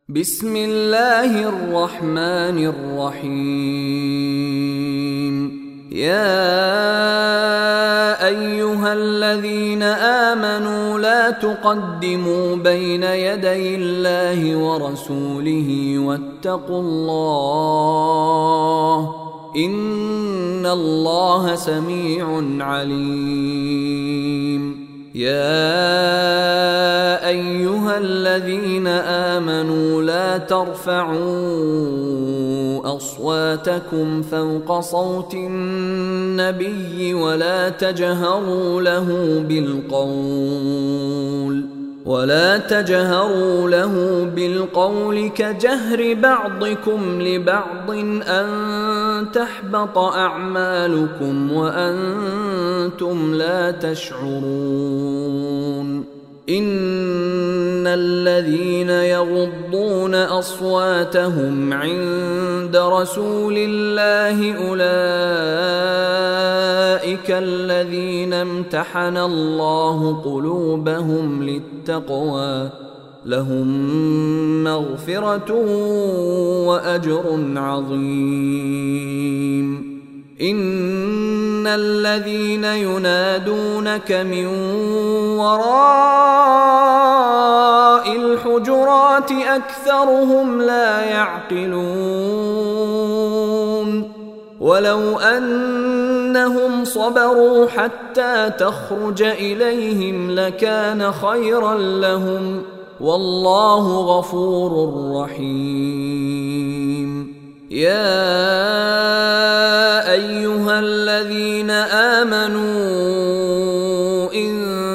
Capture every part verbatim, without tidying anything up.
بسم الله الرحمن الرحيم. يا أيها الذين آمنوا لا تقدموا بين يدي الله ورسوله واتقوا الله إن الله سميع عليم. يا أيها الذين آمنوا لا ترفعوا أصواتكم فوق صوت النبي ولا تجهروا له بالقول ولا تجهروا له بالقول كجهر بعضكم لبعض أن تحبط أعمالكم وأنتم لا تشعرون. إن الذين يغضون أصواتهم عند رسول الله أولئك الذين امتحن الله قلوبهم للتقوى لهم مغفرة وأجر عظيم. إن الذين ينادونك من وراء الحجرات أكثرهم لا يعقلون. ولو أنهم صبروا حتى تخرج إليهم لكان خيرا لهم والله غفور رحيم. يا أيها الذين آمنوا إن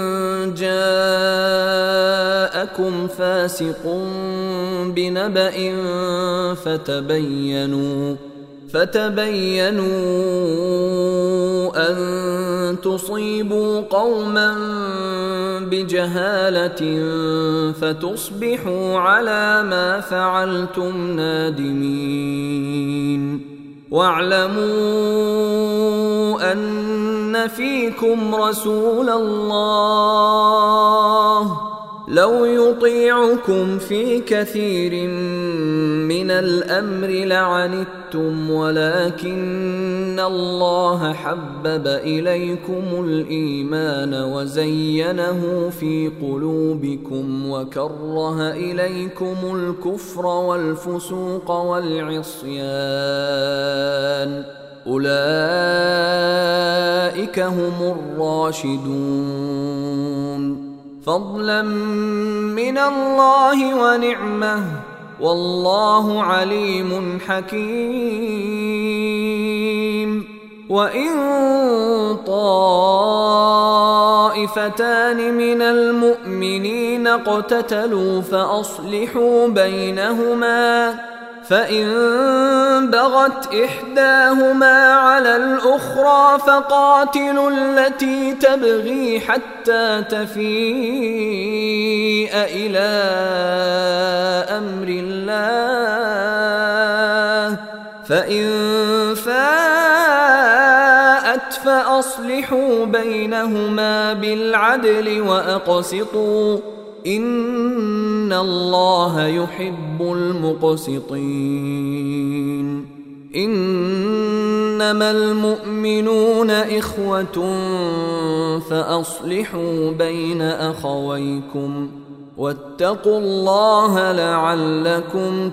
جاءكم فاسق بنبأ فتبينوا فتبينوا أن تصيبوا قوما بجهالة فتصبحوا على ما فعلتم نادمين. واعلموا أن فيكم رسول الله لو يطيعكم في كثير من الأمر لعنتم ولكن الله حبب إليكم الإيمان وزينه في قلوبكم وكره إليكم الكفر والفسوق والعصيان أولئك هم الراشدون فضلا من الله ونعمه والله عليم حكيم. وإن طائفتان من المؤمنين اقتتلوا فأصلحوا بينهما فإن بغت إحداهما على الأخرى فقاتلوا التي تبغي حتى تفيء إلى أمر الله فإن فاءت فأصلحوا بينهما بالعدل وأقسطوا إن الله يحب المقسطين. إنما المؤمنون إخوة فأصلحوا بين أخويكم واتقوا الله لعلكم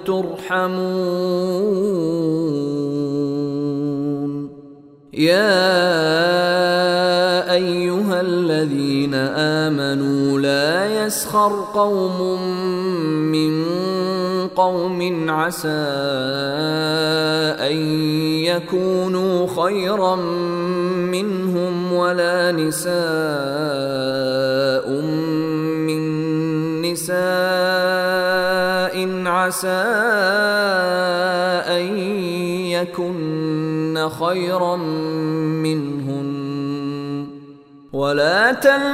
ترحمون. يا أيها الذين آمنوا لا يسخر قوم من قوم عسى أن يكونوا خيرا منهم ولا نساء من نساء عسى أن يكن خيرا منهن ولا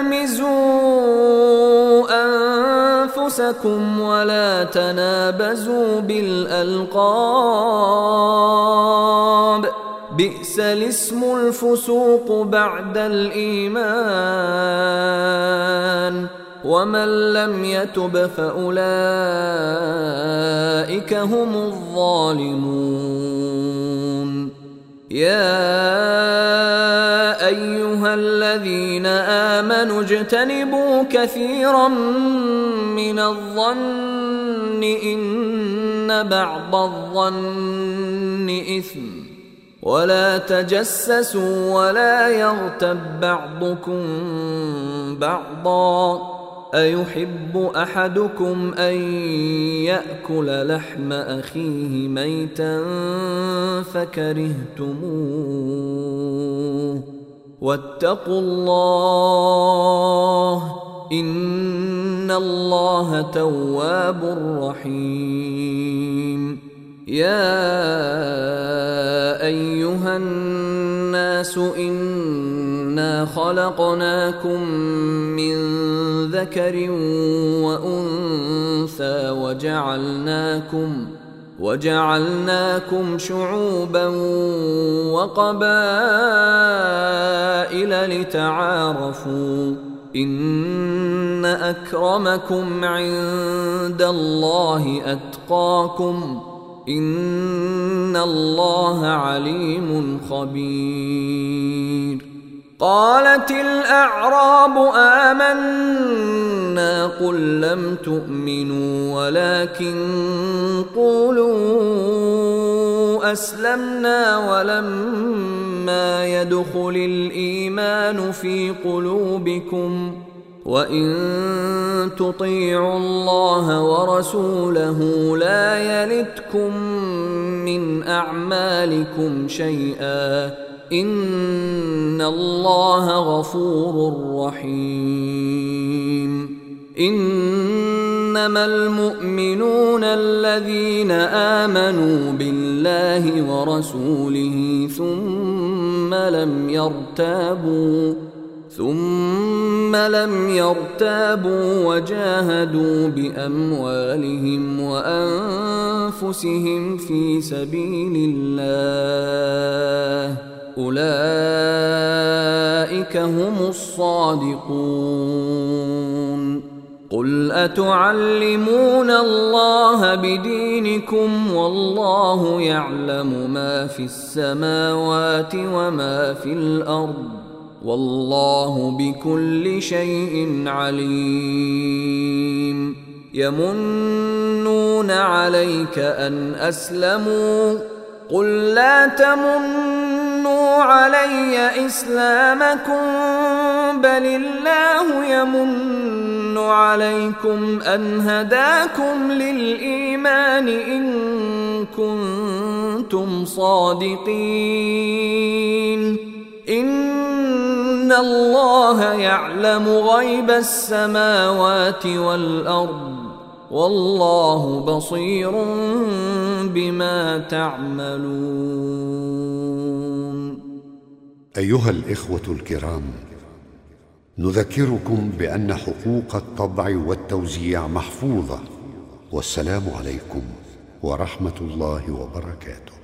تلمزوا أنفسكم ولا تنابزوا بالألقاب بئس الاسم الفسوق بعد الإيمان ومن لم يتب فأولئك أولئك هم الظالمون. يا أيها الذين آمنوا اجتنبوا كثيرا من الظن إن بعض الظن إثم ولا تجسسوا ولا يغتب بعضكم بعضا أيحب أحدكم أن يأكل لحم أخيه ميتا فكرهتموه واتقوا الله إن الله تواب رحيم. يا أيها الناس إنا خلقناكم من ذكر وأنثى وجعلناكم وجعلناكم شعوبا وقبائل لتعارفوا إن أكرمكم عند الله أتقاكم إن الله عليم خبير. قالت الأعراب آمنا قل لم تؤمنوا ولكن قولوا أسلمنا ولما يدخل الإيمان في قلوبكم وإن تطيعوا الله ورسوله لا يلتكم من أعمالكم شيئا إن الله غفور رحيم. إنما المؤمنون الذين آمنوا بالله ورسوله ثم لم يرتابوا ثم لم يرتابوا وجاهدوا بأموالهم وأنفسهم في سبيل الله أولئك هم الصادقون. قل أتعلمون الله بدينكم والله يعلم ما في السماوات وما في الأرض والله بكل شيء عليم. يمنون عليك أن أسلموا قل لا تمنوا علي إسلامكم بل الله يمن عليكم أن هداكم للإيمان إن كنتم صادقين. إن الله يعلم غيب السماوات والأرض والله بصير بما تعملون. أيها الإخوة الكرام، نذكركم بأن حقوق الطبع والتوزيع محفوظة، والسلام عليكم ورحمة الله وبركاته.